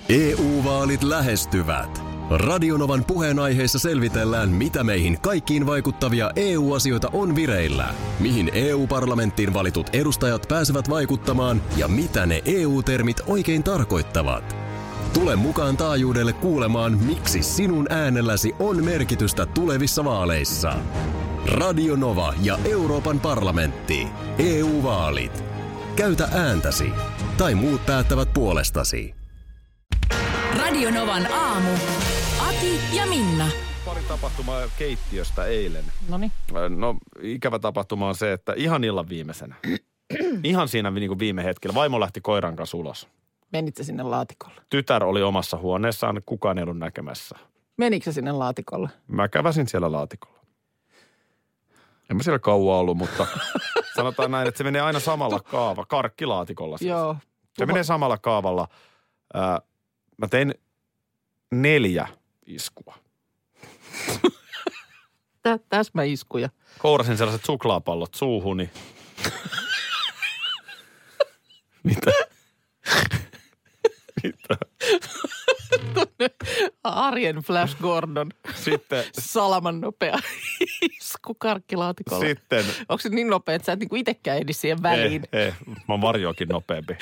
EU-vaalit lähestyvät. Radionovan puheenaiheessa selvitellään, mitä meihin kaikkiin vaikuttavia EU-asioita on vireillä, mihin EU-parlamenttiin valitut edustajat pääsevät vaikuttamaan ja mitä ne EU-termit oikein tarkoittavat. Tule mukaan taajuudelle kuulemaan, miksi sinun äänelläsi on merkitystä tulevissa vaaleissa. Radio Nova ja Euroopan parlamentti. EU-vaalit. Käytä ääntäsi. Tai muut päättävät puolestasi. Radio Novan aamu. Ati ja Minna. Pari tapahtumaa keittiöstä eilen. Noniin. No, ikävä tapahtuma on se, että ihan illan viimeisenä. Ihan siinä niin kuin viime hetkellä. Vaimo lähti koiran kanssa ulos. Menitkö sinne laatikolle? Tytär oli omassa huoneessaan, kukaan ei ollut näkemässä. Menikö sinne laatikolle? Mä käväsin siellä laatikolla. En mä siellä kauan ollut, mutta sanotaan näin, että se menee aina samalla karkkilaatikolla siis. Joo. Se menee samalla kaavalla. Mä tein 4 iskua. Täsmäiskuja. Kourasin sellaiset suklaapallot suuhuni. Mitä? Mitä? Arjen Flash Gordon. Sitten. Salaman nopea isku karkkilaatikolla. Sitten. Onko se niin nopea, että sä et niinku itsekään ehdi siihen väliin? Ei. Mä oon varjoakin nopeampi.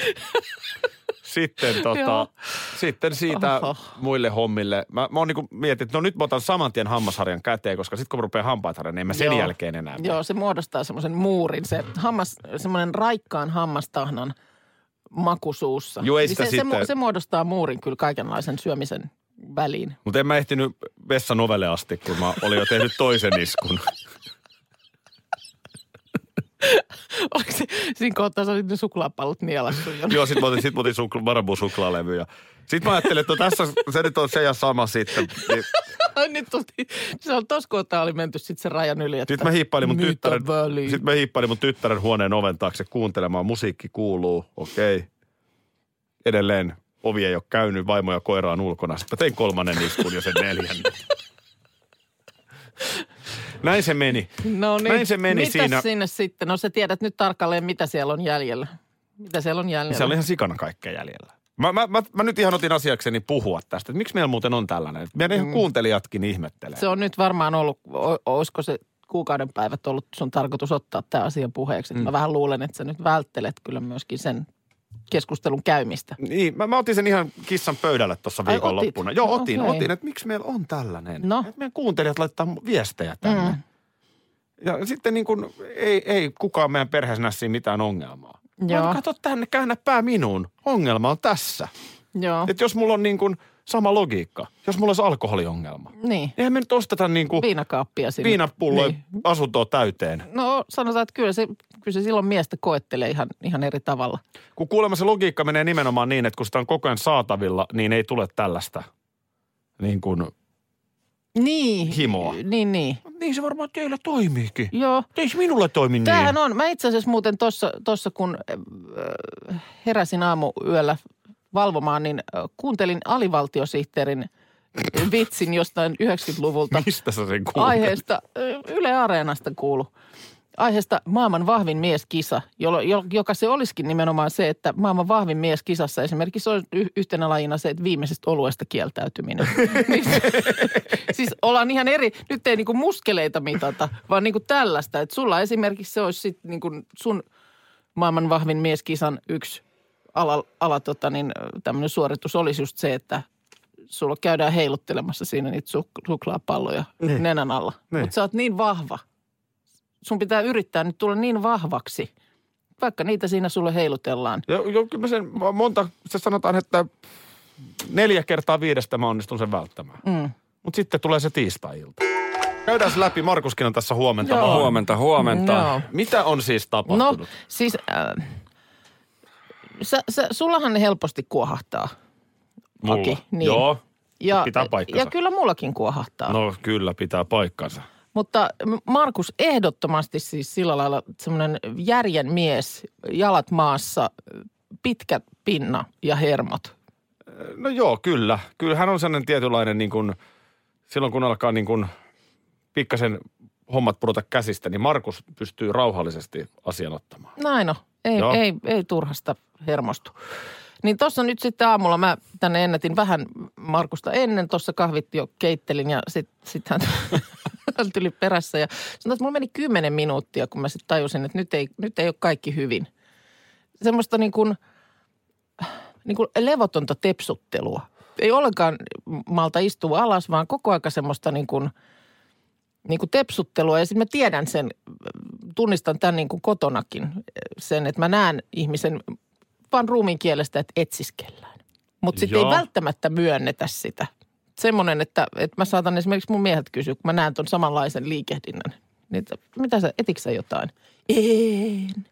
Sitten siitä muille hommille. Mä oon niinku mietin, että no nyt mä otan saman tien hammasharjan käteen, koska sit kun mä rupean hampaat harjan, niin en mä sen jälkeen enää. Joo, se muodostaa semmoisen muurin. Se semmoinen raikkaan hammastahnan maku suussa. Joo, ei niin sitä sitten. Se muodostaa muurin kyllä kaikenlaisen syömisen väliin. Mutta en mä ehtinyt vessan ovelle asti, kun mä olin jo tehnyt toisen iskun. Oliko se siinä kohtaa, sä olit ne suklaapallot nielassu jo? Joo, sit mä otin Marabou-suklaalevyjä. Sitten mä ajattelin, että se nyt on se ja sama sitten. Nyt se on tossa kohtaa oli menty sitten sen rajan yli, että Sitten mä hiippailin mun tyttären huoneen oven taakse kuuntelemaan. Musiikki kuuluu, okei. Edelleen ovi ei ole käynyt, vaimo ja koira on ulkona. Sitten mä tein 3. iskun ja sen 4. Näin se meni. No niin. Näin se meni mitäs siinä. Sinne sitten? No sä tiedät nyt tarkalleen, mitä siellä on jäljellä. Mitä siellä on jäljellä? Siellä on ihan sikana kaikkea jäljellä. Mä nyt ihan otin asiakseni puhua tästä, että miksi meillä muuten on tällainen. Meidän ihan kuuntelijatkin ihmettelee. Se on nyt varmaan ollut, olisiko se kuukauden päivät ollut sun tarkoitus ottaa tämä asia puheeksi. Mä vähän luulen, että sä nyt välttelet kyllä myöskin sen keskustelun käymistä. Niin, mä otin sen ihan kissan pöydälle tuossa viikonloppuna. Joo, No, otin, että miksi meillä on tällainen. No. Että meidän kuuntelijat laittaa viestejä tänne. Ja sitten niin kuin ei kukaan meidän perheessä näe siinä mitään ongelmaa. Joo. Kato tänne, käännä pää minuun. Ongelma on tässä. Joo. Että jos mulla on niin kuin sama logiikka, jos mulla olisi alkoholiongelma. Niin. Eihän me nyt osteta niin kuin Viinakaappia sinne. viinapulloja Niin. asuntoa täyteen. No sanotaan, että kyllä se silloin miestä koettelee ihan eri tavalla. Kun kuulemma se logiikka menee nimenomaan niin, että kun sitä on koko ajan saatavilla, niin ei tule tällaista niin kuin Niin. himoa. Niin. Niin se varmaan teillä toimiikin. Joo. Ei se minulle toimi niin. Tämähän on. Mä itse asiassa muuten tossa kun heräsin aamuyöllä valvomaan, niin kuuntelin alivaltiosihteerin vitsin jostain 90-luvulta. Mistä sä sen kuuntelit? Aiheesta, Yle Areenasta kuulu. Aiheesta maailman vahvin mieskisa, joka se olisikin nimenomaan se, että maailman vahvin mieskisassa esimerkiksi on yhtenä lajina se, että viimeisestä oluesta kieltäytyminen. Siis ollaan ihan eri, nyt ei niinku muskeleita mitata, vaan niinku tällaista, että sulla esimerkiksi se olisi sitten niinku sun maailman vahvin mieskisan yksi tämmöinen suoritus olisi just se, että sulla käydään heiluttelemassa siinä niitä suklaapalloja nenän alla. Mutta sä oot niin vahva. Sun pitää yrittää nyt tulla niin vahvaksi, vaikka niitä siinä sulle heilutellaan. Joo, kyllä se sanotaan, että 4 kertaa 5 mä onnistun sen välttämään. Mutta sitten tulee se tiistai-ilta. Käydään läpi. Markuskin on tässä huomenta. Joo. Huomenta. Joo. Mitä on siis tapahtunut? No, siis sullahan ne helposti kuohahtaa. Aki, niin. Joo, Ja, pitää paikkansa. ja kyllä mullakin kuohahtaa. No kyllä, pitää paikkansa. Mutta Markus ehdottomasti siis sillä lailla semmoinen järjen mies, jalat maassa, pitkä pinna ja hermot. No joo, kyllä. Kyllähän on sellainen tietynlainen niin kuin, silloin kun alkaa niin kuin pikkasen hommat pudota käsistä, niin Markus pystyy rauhallisesti asian ottamaan. Näin on. Ei turhasta hermostu. Niin tuossa nyt sitten aamulla mä tänne ennätin vähän Markusta ennen. Tuossa kahvit jo keittelin ja sitten hän tuli perässä. Ja sanoin, että mulla meni 10 minuuttia, kun mä sitten tajusin, että nyt ei ole kaikki hyvin. Semmoista niin kuin levotonta tepsuttelua. Ei ollenkaan malta istua alas, vaan koko aika semmoista niin kuin tepsuttelua. Ja sitten mä tiedän sen, tunnistan tämän niin kuin kotonakin sen, että mä näen ihmisen vaan ruumiin kielestä, että etsiskellään. Mutta sitten ei välttämättä myönnetä sitä. Semmoinen, että mä saatan esimerkiksi mun mieheltä kysyä, kun mä näen ton samanlaisen liikehdinnän. Niin, mitä sä, etikö sä jotain? En.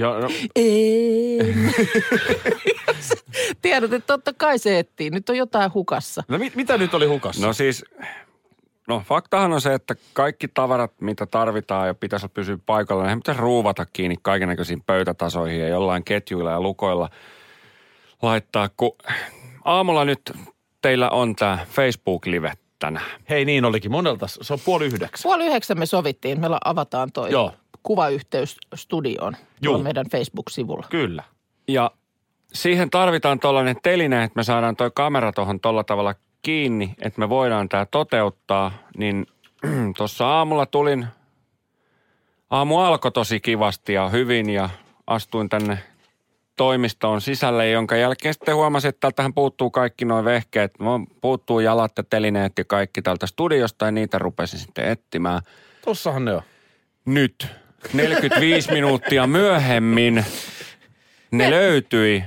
Tiedät, että totta kai se etsii. Nyt on jotain hukassa. No mitä nyt oli hukassa? No siis, faktahan on se, että kaikki tavarat, mitä tarvitaan ja pitäisi pysyä paikalla, niin pitäisi ruuvata kiinni kaikennäköisiin pöytätasoihin ja jollain ketjuilla ja lukoilla laittaa. Kun aamulla nyt teillä on tämä Facebook-live tänään. Hei, niin olikin. Monelta, se on 8:30. 8:30 me sovittiin. Meillä avataan toi kuvayhteys studioon meidän Facebook-sivulla. Kyllä. Ja siihen tarvitaan tollainen teline, että me saadaan toi kamera tuohon tolla tavalla kiinni, että me voidaan tämä toteuttaa. Niin tuossa aamu alkoi tosi kivasti ja hyvin ja astuin tänne toimistoon sisälle, jonka jälkeen sitten huomasin, että täältähän puuttuu kaikki nuo vehkeet. Puuttuu jalat ja telineet ja kaikki täältä studiosta ja niitä rupesin sitten etsimään. Tossahan ne on. Nyt 45 minuuttia myöhemmin ne löytyi.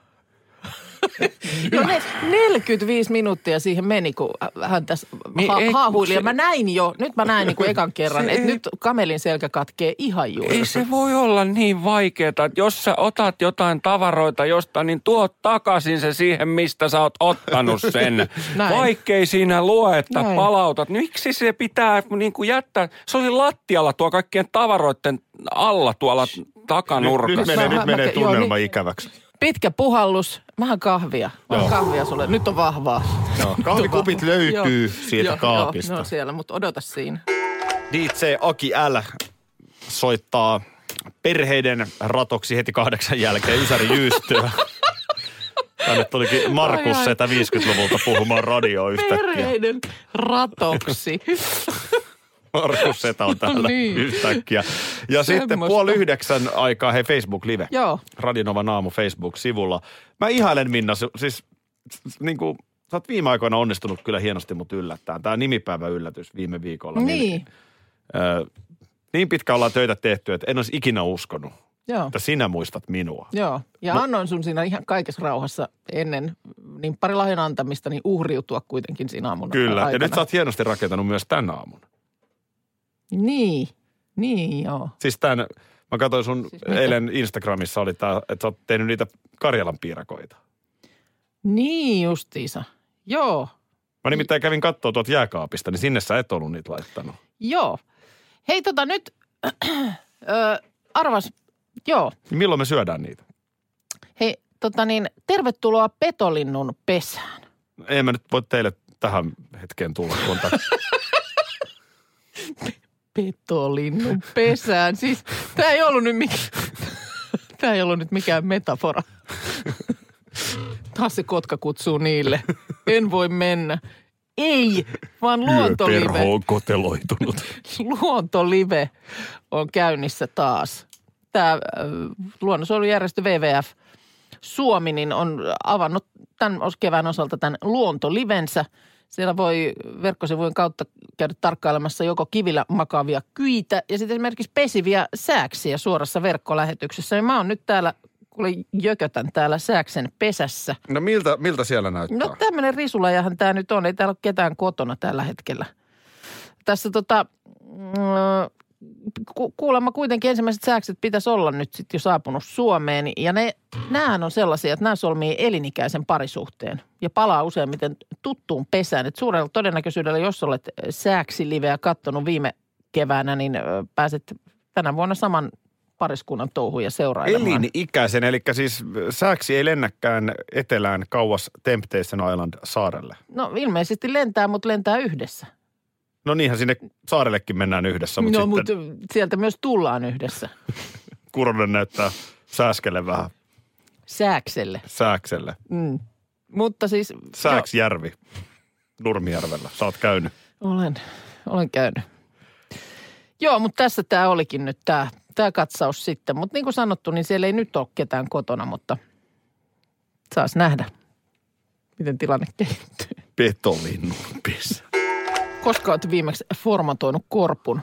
No 45 minuuttia siihen meni, kun hän tässä haahuili. Ja mä näin nyt mä näin niin kuin ekan kerran, että nyt kamelin selkä katkee ihan juuri. Ei se voi olla niin vaikeaa, että jos sä otat jotain tavaroita jostain, niin tuo takaisin se siihen, mistä sä oot ottanut sen. Vaikkei siinä lue, että palautat. Miksi se pitää niin kuin jättää? Se oli lattialla tuo kaikkien tavaroiden alla tuolla takanurkassa. Nyt menee tunnelma ikäväksi. Pitkä puhallus, vähän kahvia. Kahvia sulle. Nyt on vahvaa. Kahvikupit löytyy siitä kaapista. No siellä, mutta odota siinä. DJ Aki L soittaa perheiden ratoksi heti 8 jälkeen Ysäri Jyystöä. Tänne tulikin Markus Setä 50-luvulta puhumaan radioa yhtäkkiä. Perheiden ratoksi. Markus Setä on täällä yhtäkkiä. Ja sitten 8:30 aikaa Facebook-live. Joo. Radio Novan aamu Facebook-sivulla. Mä ihailen, Minna, siis niin kuin sä oot viime aikoina onnistunut kyllä hienosti mut yllättämään. Tää nimipäivä yllätys viime viikolla. Niin pitkä ollaan töitä tehty, että en olisi ikinä uskonut, että sinä muistat minua. Joo, ja annoin sun siinä ihan kaikessa rauhassa ennen niin parilahjan antamista niin uhriutua kuitenkin siinä aamuna. Kyllä, aikana. Ja nyt sä oot hienosti rakentanut myös tän aamun. Niin joo. Siis mä katsoin sun eilen Instagramissa oli tää, että sä oot tehnyt niitä Karjalan piirakoita. Niin justiisa, joo. Mä nimittäin kävin kattoo tuolta jääkaapista, niin sinne sä et ollut niitä laittanut. Joo. Hei nyt, arvas, joo. Milloin me syödään niitä? Hei, tervetuloa petolinnun pesään. En mä nyt voi teille tähän hetkeen tulla, kun petolinnun pesään. Siis tää ei ollut nyt mikään metafora. Taas se kotka kutsuu niille. En voi mennä. Ei, vaan luontolive. Yöperho on koteloitunut. Luontolive on käynnissä taas. Tämä luonnonsuojelujärjestö WWF Suomi niin on avannut tämän kevään osalta tämän luontolivensä. Siellä voi verkkosivujen kautta käydä tarkkailemassa joko kivillä makaavia kyitä ja sitten esimerkiksi pesiviä sääksiä suorassa verkkolähetyksessä. Ja mä oon nyt täällä, kuule jökötän täällä sääksen pesässä. No miltä siellä näyttää? No tämmöinen risulajahan tämä nyt on. Ei täällä ole ketään kotona tällä hetkellä. Tässä kuulemma kuitenkin ensimmäiset sääkset pitäisi olla nyt sitten jo saapunut Suomeen. Ja nämähän on sellaisia, että nämä solmii elinikäisen parisuhteen ja palaa useimmiten tuttuun pesään. Että suurella todennäköisyydellä, jos olet sääksiliveä kattonut viime keväänä, niin pääset tänä vuonna saman pariskunnan touhuja seurailemaan. Elinikäisen, eli siis sääksi ei lennäkään etelään kauas Temptation Island saarelle. No ilmeisesti lentää, mutta lentää yhdessä. No niinhän sinne saarellekin mennään yhdessä. Mutta mutta sieltä myös tullaan yhdessä. Kuronen näyttää sääskelle vähän Sääkselle. Mutta siis... Sääksjärvi Nurmijärvellä. Sä oot käynyt. Olen käynyt. Joo, mutta tässä tämä olikin nyt tämä katsaus sitten. Mutta niin kuin sanottu, niin siellä ei nyt ole ketään kotona, mutta saas nähdä, miten tilanne kehittyy. Petolinnun pesä. Koska olet viimeksi formatoinut korpun?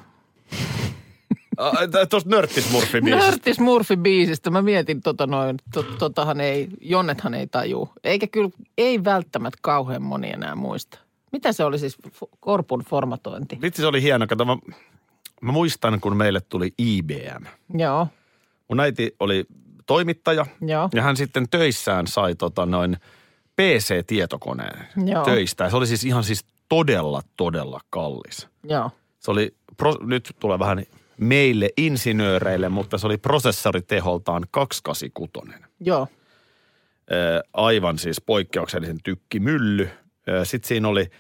Tuosta Nörttismurfi-biisistä. Nörttismurfi-biisistä. Mä mietin Jonnethan ei tajuu. Eikä kyllä, ei välttämättä kauhean moni enää muista. Mitä se oli siis korpun formatointi? Vitsi, se oli hieno. Kato, mä muistan, kun meille tuli IBM. Joo. Mun äiti oli toimittaja. Joo. Ja hän sitten töissään sai PC-tietokoneen töistä. Ja se oli siis ihan todella kallis. Joo. Se oli, nyt tulee vähän meille insinööreille, mutta se oli prosessoriteholtaan 286. Joo. Aivan siis poikkeuksellisen tykkimylly. Sitten siinä oli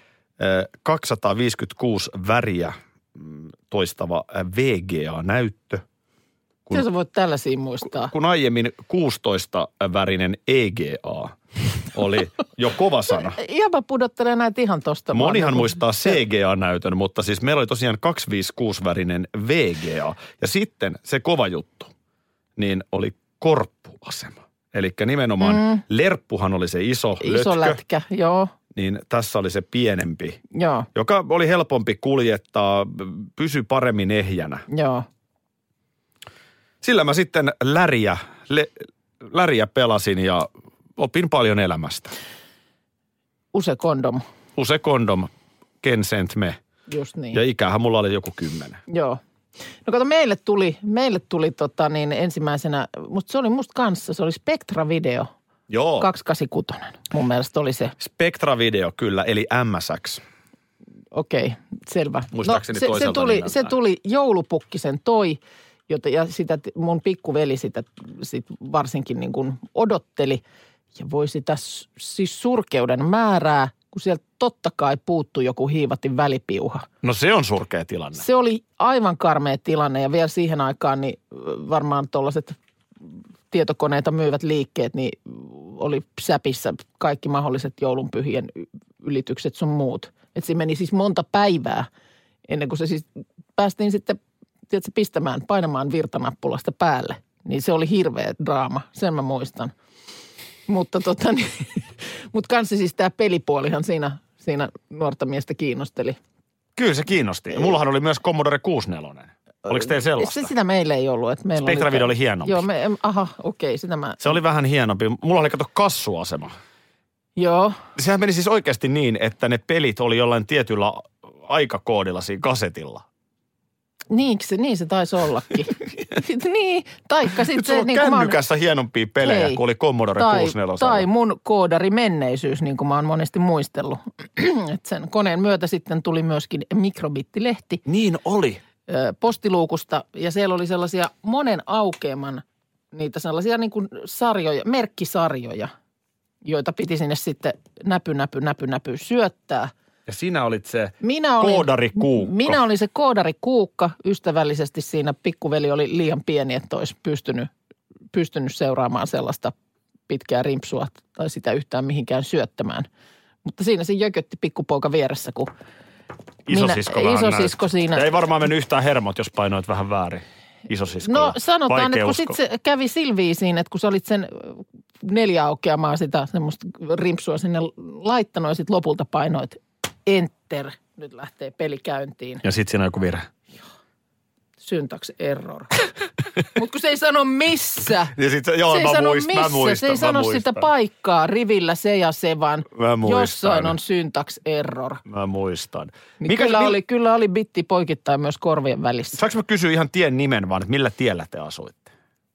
256 väriä toistava VGA-näyttö. Miten sä voit tällaisia muistaa? Kun aiemmin 16-värinen EGA oli jo kova sana. Jäpä pudottelee näitä ihan tosta. Monihan muistaa CGA-näytön, mutta siis meillä oli tosiaan 256-värinen VGA. Ja sitten se kova juttu, niin oli korppuasema. Eli nimenomaan lerppuhan oli se iso lätkä, joo. Niin tässä oli se pienempi, joo. Joka oli helpompi kuljettaa, pysy paremmin ehjänä. Joo. Sillä mä sitten läriä pelasin ja opin paljon elämästä. Use kondom, ken sent me. Just niin. Ja ikähän mulla oli joku 10. Joo. No kato, meille tuli ensimmäisenä, mutta se oli musta kanssa, se oli Spectra-video. Joo. 286, mun mielestä oli se. Spectra-video kyllä, eli MSX. Okei, selvä. Muistaakseni se tuli joulupukkisen toi, ja sitä mun pikkuveli sitä varsinkin niin kuin odotteli. Ja voi sitä siis surkeuden määrää, kun sieltä totta kai puuttui joku hiivatin välipiuha. No se on surkea tilanne. Se oli aivan karmea tilanne ja vielä siihen aikaan niin varmaan tuollaiset tietokoneita myyvät liikkeet, niin oli säpissä kaikki mahdolliset joulunpyhien ylitykset sun muut. Että se meni siis monta päivää ennen kuin se siis päästiin sitten painamaan virtanappulasta päälle. Niin se oli hirveä draama, sen mä muistan. Mutta mutta kanssa siis tämä pelipuolihan siinä nuorta miestä kiinnosteli. Kyllä se kiinnosti. Ja mullahan oli myös Commodore 64. Oliko teillä sellaista? Sitä meillä ei ollut. Spectra-video oli hienompi. Joo, sitä mä... Se oli vähän hienompi. Mulla oli kassuasema. Joo. Sehän meni siis oikeasti niin, että ne pelit oli jollain tietyllä aikakoodilla siinä kasetilla. Niin se taisi ollakin. Niin, taikka sitten se... Nyt sulla on kännykässä hienompia pelejä, kun oli Commodore 64. Tai mun koodari-menneisyys, niin kuin mä oon monesti muistellut. Et sen koneen myötä sitten tuli myöskin mikrobittilehti. Niin oli. Postiluukusta, ja siellä oli sellaisia monen aukeaman, niitä sellaisia niin kuin sarjoja, merkkisarjoja, joita piti sinne sitten näpy syöttää. Ja sinä olit se koodarikuukka. Minä olin se koodarikuukka. Ystävällisesti siinä pikkuveli oli liian pieni, että olisi pystynyt seuraamaan sellaista pitkää rimpsua tai sitä yhtään mihinkään syöttämään. Mutta siinä se jökötti pikkupoika vieressä, kun isosisko siinä. Ja ei varmaan mennyt yhtään hermot, jos painoit vähän väärin isosiskolla. No sanotaan, että kun sitten se kävi silviisiin, että kun sä olit sen 4 aukeamaa sitä semmoista rimpsua sinne laittanut ja sitten lopulta painoit enter, nyt lähtee peli käyntiin. Ja sitten siinä on joku virhe. Syntax error. Mutta kun se ei sano missä. Ja sit mä muistan. Se ei sano sitä paikkaa rivillä se ja se, vaan jossain on syntax error. Mä muistan. Niin kyllä oli bitti poikittain myös korvien välissä. Saanko mä kysyä ihan tien nimen vaan, että millä tiellä te asuitte?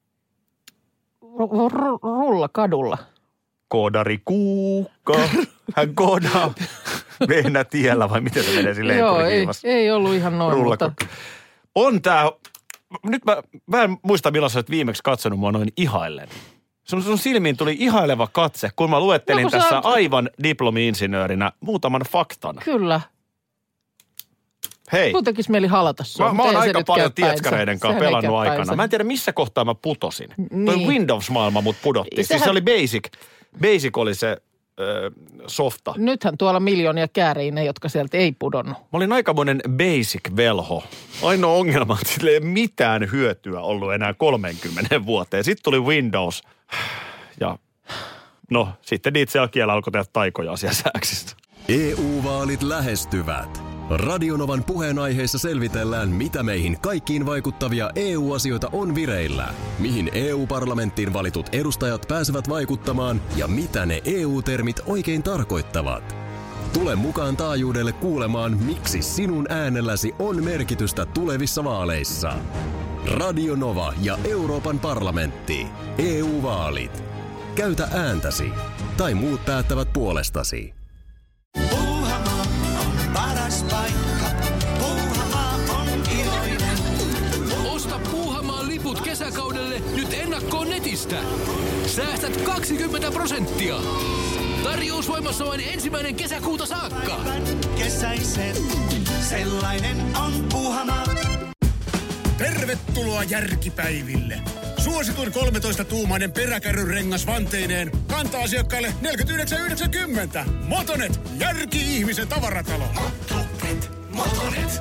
Rullakadulla. Koodarikuukka. Hän koodaa Vehnätiellä vai miten se menee silleen? Joo, ei ollut ihan noin, mutta... On tää, nyt mä en muista milloin sä olet viimeksi katsonut mua noin ihaillen. Sun silmiin tuli ihaileva katse, kun mä luettelin tässä aivan diplomi-insinöörinä muutaman faktan. Kyllä. Hei. Mun tekisi mieli halata sua. Mä oon aika paljon tietskareiden kanssa pelannut aikana. Mä en tiedä, missä kohtaa mä putosin. Niin. Toi Windows-maailma mut pudotti. Siis se oli Basic. Basic oli se softa. Nythän tuolla miljoonia käärii ne, jotka sieltä ei pudonnut. Mä olin aikamoinen Basic-velho. Ainoa ongelma, että sillä ei mitään hyötyä ollut enää 30 vuoteen. Sitten tuli Windows. Ja no, sitten itse kielä alkoi tehdä taikoja asiasääksistä. EU-vaalit lähestyvät. Radionovan puheenaiheessa selvitellään, mitä meihin kaikkiin vaikuttavia EU-asioita on vireillä, mihin EU-parlamenttiin valitut edustajat pääsevät vaikuttamaan ja mitä ne EU-termit oikein tarkoittavat. Tule mukaan taajuudelle kuulemaan, miksi sinun äänelläsi on merkitystä tulevissa vaaleissa. Radio Nova ja Euroopan parlamentti. EU-vaalit. Käytä ääntäsi. Tai muut päättävät puolestasi. Puuhamaa on paras paikka. Puuhamaa on iloinen. Osta Puuhamaan liput kesäkaudelle nyt ennakkoon netistä. Säästät 20%. Tarjous voimassa vain 1. kesäkuuta saakka. Kesäisen, sellainen on Puuhamaa. Tervetuloa järkipäiville. Suosituin 13-tuumainen peräkärryrengas vanteineen kantaa asiakkaille 49,90. Motonet, järki-ihmisen tavaratalo. Motonet.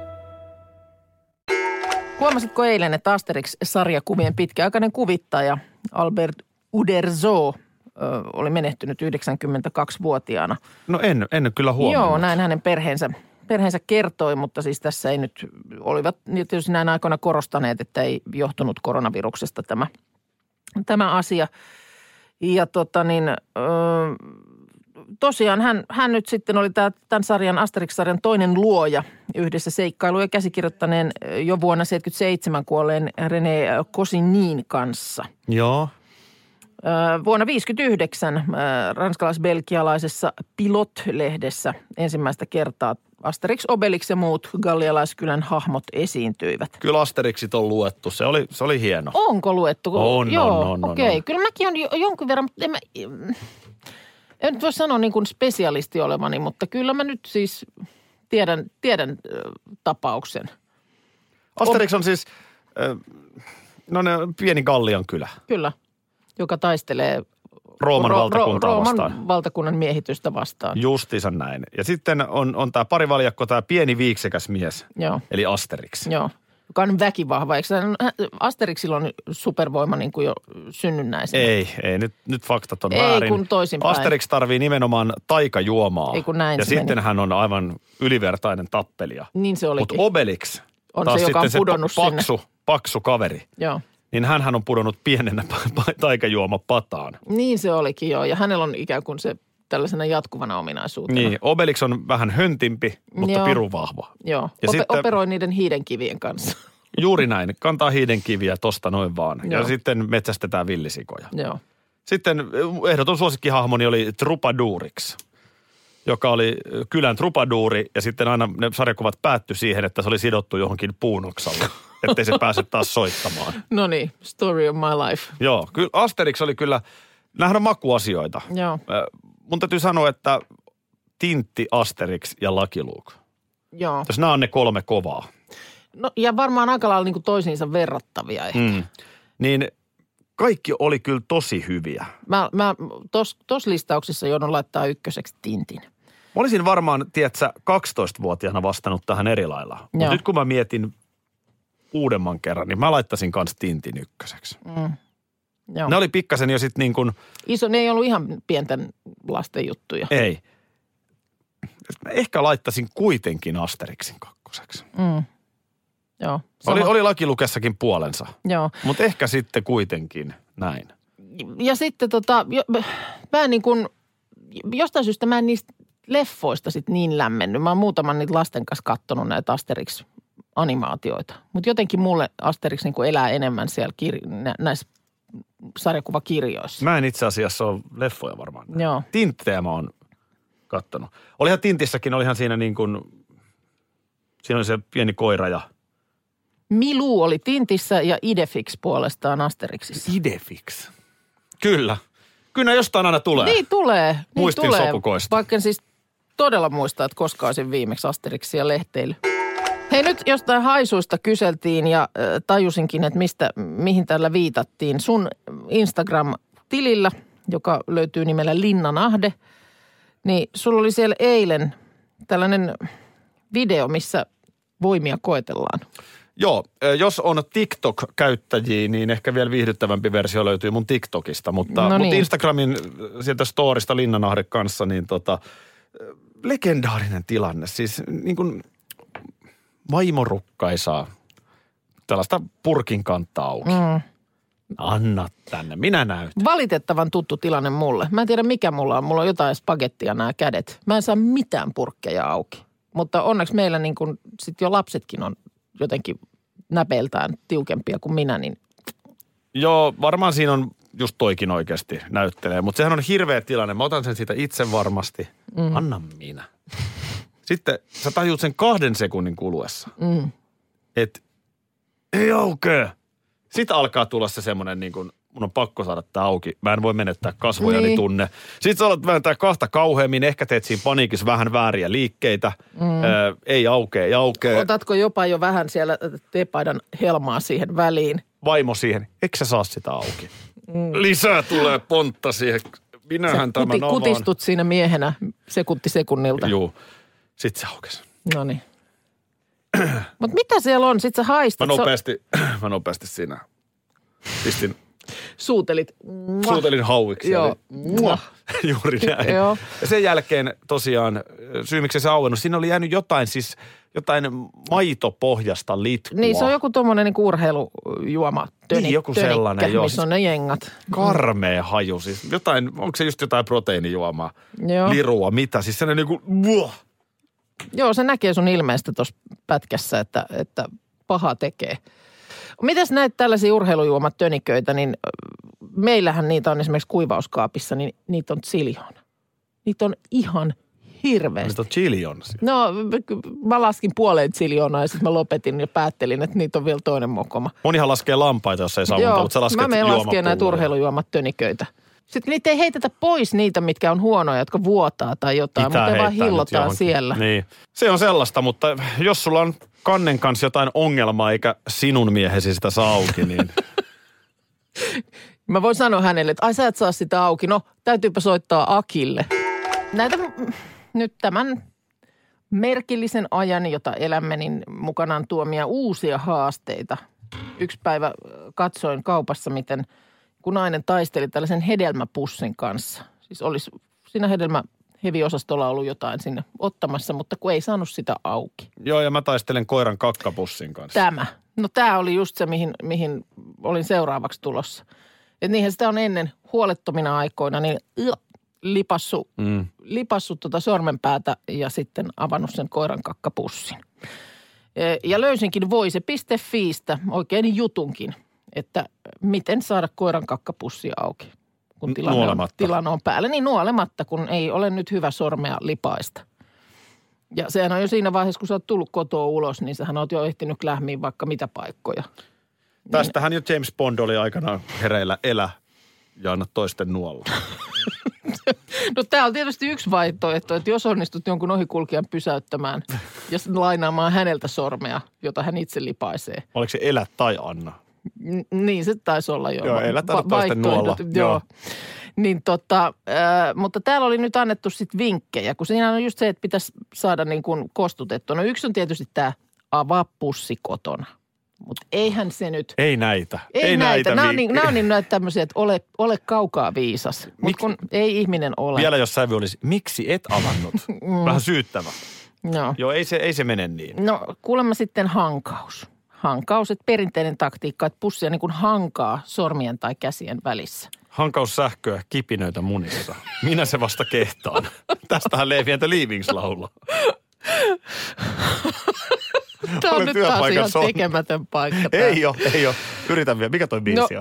Huomasitko eilen, että Asterix-sarjakuvien pitkäaikainen kuvittaja Albert Uderzo oli menehtynyt 92-vuotiaana? No en kyllä huomannut. Joo, näin hänen perheensä kertoi, mutta siis tässä ei nyt, olivat tietysti näin aikoina korostaneet, että ei johtunut koronaviruksesta tämä asia. Ja tosiaan hän nyt sitten oli tämän sarjan, Asterix-sarjan toinen luoja yhdessä seikkailuja käsikirjoittaneen jo vuonna 1977 kuolleen René Goscinnin kanssa. Joo. Vuonna 1959 ranskalais-belgialaisessa Pilot-lehdessä ensimmäistä kertaa Asterix, Obelix ja muut gallialaiskylän hahmot esiintyivät. Kyllä Asterixit on luettu. Se oli hieno. Onko luettu? On. Okei. Kyllä mäkin on jonkin verran, mutta en nyt voi sanoa niin kuin spesialisti olevani, mutta kyllä mä nyt siis tiedän tapauksen. Asterix on siis pieni Gallian kylä. Kyllä, joka taistelee Rooman valtakuntaa vastaan. Rooman valtakunnan miehitystä vastaan. Justiinsa näin. Ja sitten on tämä parivaljakko, tämä pieni viiksekäs mies, Joo. eli Asterix. Joo, joka on väkivahva. Eikö Asterixilla on supervoima niin kuin jo synnynnäisenä? Ei, nyt faktat on väärin. Ei kun toisinpäin. Asterix tarvii nimenomaan taikajuomaa. Ei kun näin ja se sitten meni. Hän on aivan ylivertainen tappelija. Niin se olikin. Mutta Obelix on taas se, joka on sitten pudonnut se paksu kaveri. Joo. Niin hänhän on pudonnut pienenä taikajuomapataan. Niin se olikin joo, ja hänellä on ikään kuin se tällaisena jatkuvana ominaisuutena. Niin, Obelix on vähän höntimpi, mutta pirun vahva. Joo, ja sitten, operoi niiden hiidenkivien kanssa. Juuri näin, kantaa hiidenkiviä tosta noin vaan. Joo. Ja sitten metsästetään villisikoja. Joo. Sitten ehdoton suosikkihahmoni oli Troubadourix, joka oli kylän trupaduuri, ja sitten aina ne sarjakuvat päättyi siihen, että se oli sidottu johonkin puunoksalle, ettei se pääse taas soittamaan. No niin, story of my life. Joo, kyllä Asterix oli kyllä, nämähän on makuasioita. Joo. Mun täytyy sanoa, että Tintti, Asterix ja Lucky Luke. Joo. Jos nämä on ne 3 kovaa. No ja varmaan aika lailla niin kuin toisiinsa verrattavia ehkä. Niin kaikki oli kyllä tosi hyviä. Mä tos listauksessa joudun laittaa ykköseksi Tintin. Mä olisin varmaan, tiedätkö, 12-vuotiaana vastannut tähän eri lailla. Mutta nyt kun mä mietin uudemman kerran, niin mä laittaisin kanssa Tintin ykköseksi. Joo. Ne oli pikkasen jo sitten niin kuin... Ne ei ollut ihan pienten lasten juttuja. Ei. Mä ehkä laittaisin kuitenkin Asterixin kakkoseksi. Joo. Oli Lucky Lukessakin puolensa. Joo. Mutta ehkä sitten kuitenkin näin. Ja sitten mä en niin kuin, jostain syystä mä en niistä leffoista sit niin lämmennyt. Mä oon muutaman niitä lasten kanssa kattonut näitä Asterix-animaatioita. Mutta jotenkin mulle Asterix niin kuin elää enemmän siellä näissä sarjakuvakirjoissa. Mä en itse asiassa ole leffoja varmaan. Joo. Tinttejä mä oon kattonut. Olihan Tintissäkin, olihan siinä niin kuin, siinä oli se pieni koira ja... Milou oli Tintissä ja Idefix puolestaan Asterixissa. Idefix. Kyllä. Kyllä jostain aina tulee. Niin tulee. Muistin sopukoista. Vaikka en siis todella muista, että koska olisin viimeksi Asterixia lehteillä. Hei, nyt jostain haisuista kyseltiin ja tajusinkin, että mihin tällä viitattiin. Sun Instagram-tilillä, joka löytyy nimellä Linna Nahde, niin sulla oli siellä eilen tällainen video, missä voimia koetellaan. Joo, jos on TikTok-käyttäjiä, niin ehkä vielä viihdyttävämpi versio löytyy mun TikTokista, mutta Instagramin sieltä storista Linna Nahde kanssa, niin legendaarinen tilanne. Siis niin kuin vaimorukkaisaa tällaista purkin kantaa auki. Anna tänne, minä näytän. Valitettavan tuttu tilanne mulle. Mä en tiedä mikä mulla on. Mulla on jotain spagettia nämä kädet. Mä en saa mitään purkkeja auki. Mutta onneksi meillä niin kuin sit jo lapsetkin on jotenkin näpeiltään tiukempia kuin minä, niin... Joo, varmaan siinä on just toikin oikeasti näyttelee. Mutta sehän on hirveä tilanne. Mä otan sen siitä itse varmasti. Anna minä. Sitten sä tajuut sen 2 sekunnin kuluessa. Että ei aukee. Sitten alkaa tulla se semmoinen niin kuin, mun on pakko saada tää auki. Mä en voi menettää kasvojani tunne. Sitten sä alat vääntää 2 kauheammin. Ehkä teet siinä paniikissa vähän vääriä liikkeitä. Ei aukee. Otatko jopa jo vähän siellä teepaidan helmaa siihen väliin? Vaimo siihen. Eikö sä saa sitä auki? Lisää tulee pontta siihen. Minähän tämän avaan. Kutistut siinä miehenä sekunti sekunnilta. Joo. Sitten se aukesi. Noniin. Mutta mitä siellä on? Sitten sä haistat. Mä nopeasti siinä pistin. Suutelin hauiksi. Joo. Juuri näin. Joo. Ja sen jälkeen tosiaan, syy miksi se auennut, siinä oli jäänyt jotain maitopohjasta litkua. Niin, se on joku tommonen niin urheilujuoma. Niin, joku sellainen. Joo, missä on ne jengat. Karmea haju. Siis onko se just jotain proteiinijuomaa? Joo. Lirua, mitä? Siis sellainen niinku... Joo, se näkee sun ilmeestä tuossa pätkässä, että paha tekee. Mitäs näitä tällaisia urheilujuomatöniköitä, niin meillähän niitä on esimerkiksi kuivauskaapissa, niin niitä on ziljoona. Niitä on ihan hirveästi. Niitä on ziljoona. No, mä laskin 0,5 ziljoonaa ja sitten mä lopetin ja päättelin, että niitä on vielä toinen mokoma. Monihan laskee lampaita, jos ei saa Joo, mutta sä lasket mä menen laskee näitä urheilujuomatöniköitä. Sitten niitä ei heitetä pois niitä, mitkä on huonoja, jotka vuotaa tai jotain, mutta vaan hillotaan siellä. Niin. Se on sellaista, mutta jos sulla on kannen kanssa jotain ongelmaa eikä sinun miehesi sitä saa auki, niin... Mä voin sanoa hänelle, että ai sä et saa sitä auki. No, täytyypä soittaa Akille. Näitä nyt tämän merkillisen ajan, jota elämme, niin mukanaan tuomia uusia haasteita. Yksi päivä katsoin kaupassa, miten kun nainen taisteli tällaisen hedelmäpussin kanssa. Siis olisi siinä heavy-osastolla ollut jotain sinne ottamassa, mutta kun ei saanut sitä auki. Joo, ja mä taistelen koiran kakkapussin kanssa. Tämä. No tämä oli just se, mihin olin seuraavaksi tulossa. Että niinhän sitä on ennen huolettomina aikoina, niin lipassu sormenpäätä ja sitten avannut sen koiran kakkapussin. Ja löysinkin voise.fiistä oikein jutunkin, että miten saada koiran kakkapussia auki, kun tilanne on päällä. Niin nuolematta, kun ei ole nyt hyvä sormea lipaista. Ja sehän on jo siinä vaiheessa, kun sä oot tullut kotoa ulos, niin sähän oot jo ehtinyt lähmiin vaikka mitä paikkoja. Tästähän jo James Bond oli aikanaan hereillä elä ja anna toisten nuolla. No tämä on tietysti yksi vaihtoehto, että jos onnistut jonkun ohikulkijan pysäyttämään ja lainaamaan häneltä sormea, jota hän itse lipaisee. Oliko se elä tai anna? Niin, se taisi olla jo. Joo, elä tai toisten nuolla. Joo. Niin mutta täällä oli nyt annettu sitten vinkkejä, kun siinä on just se, että pitäisi saada niin kuin kostutettua. No yksi on tietysti tämä avaa pussi kotona. Mutta eihän se nyt... Ei näitä. Nämä on niin näitä tämmöisiä, että ole kaukaa viisas. Mutta kun ei ihminen ole. Vielä jos sävy olisi, miksi et avannut? Vähän syyttävä. No. Joo, ei se mene niin. No kuulemma sitten hankaus. Hankaus, että perinteinen taktiikka, että pussia niin kuin hankaa sormien tai käsien välissä. Hankaus sähköä, kipinöitä munissa. Minä se vasta kehtaan. Tästähän Levi and the Leavings laulaa. Tämä on nyt taas ihan tekemätön paikka. Ei ole. Yritän vielä. Mikä toi biisi on?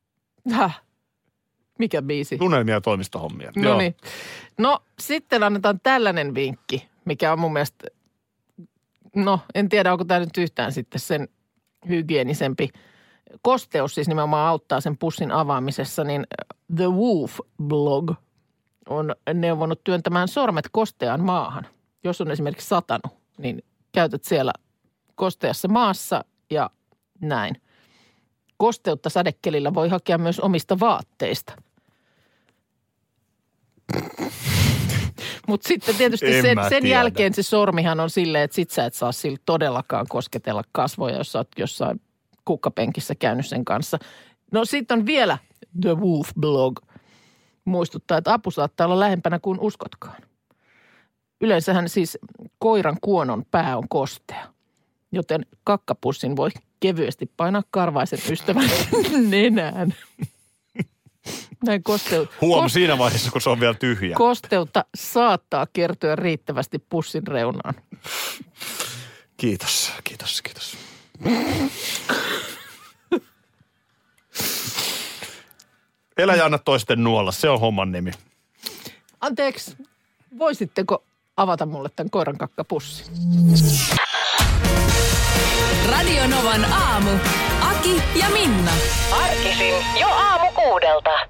Mikä biisi? Tunnelmia ja toimistohommia. No niin. No sitten annetaan tällainen vinkki, mikä on mun mielestä, no en tiedä onko tämä nyt yhtään sitten sen hygienisempi. Kosteus siis nimenomaan auttaa sen pussin avaamisessa, niin The Woof Blog on neuvonut työntämään sormet kosteaan maahan. Jos on esimerkiksi satanut, niin käytät siellä kosteassa maassa ja näin. Kosteutta sadekelillä voi hakea myös omista vaatteista. Mutta sitten tietysti sen jälkeen se sormihan on silleen, että sit sä et saa sillä todellakaan kosketella kasvoja, jos sä oot jossain kukkapenkissä käynyt sen kanssa. No sitten on vielä The Wolf Blog. Muistuttaa, että apu saattaa olla lähempänä kuin uskotkaan. Yleensähän siis koiran kuonon pää on kostea, joten kakkapussin voi kevyesti painaa karvaisen ystävän nenään. Näin siinä vaiheessa, kun se on vielä tyhjä. Kosteutta saattaa kertyä riittävästi pussin reunaan. Kiitos. Elä ja anna toisten nuolla, se on homman nimi. Anteeksi, voisitteko avata mulle tämän koiran kakkapussin? Radio Novan aamu. Aki ja Minna. Arkisin jo 6:00.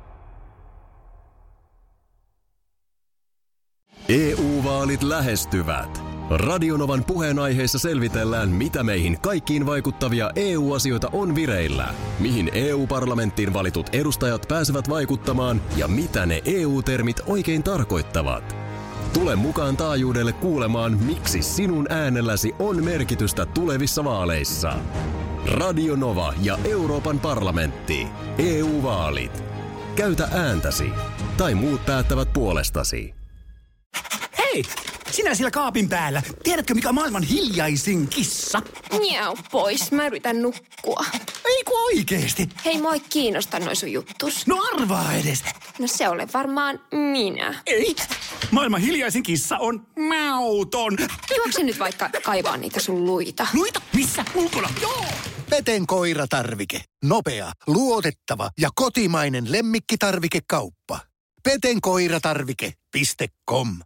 EU-vaalit lähestyvät. Radio Novan puheenaiheessa selvitellään, mitä meihin kaikkiin vaikuttavia EU-asioita on vireillä, mihin EU-parlamenttiin valitut edustajat pääsevät vaikuttamaan ja mitä ne EU-termit oikein tarkoittavat. Tule mukaan taajuudelle kuulemaan, miksi sinun äänelläsi on merkitystä tulevissa vaaleissa. Radio Nova ja Euroopan parlamentti. EU-vaalit. Käytä ääntäsi. Tai muut päättävät puolestasi. Hei! Sinä siellä kaapin päällä. Tiedätkö, mikä on maailman hiljaisin kissa? Miau pois. Mä yritän nukkua. Ei kun oikeesti. Hei, moi kiinnosta noi sun juttus. No arvaa edes. No se ole varmaan minä. Ei. Maailman hiljaisin kissa on mauton. Juokse nyt vaikka kaivaa niitä sun luita. Luita? Missä? Ulkona? Joo! Peten koiratarvike. Nopea, luotettava ja kotimainen lemmikkitarvikekauppa. petenkoiratarvike.com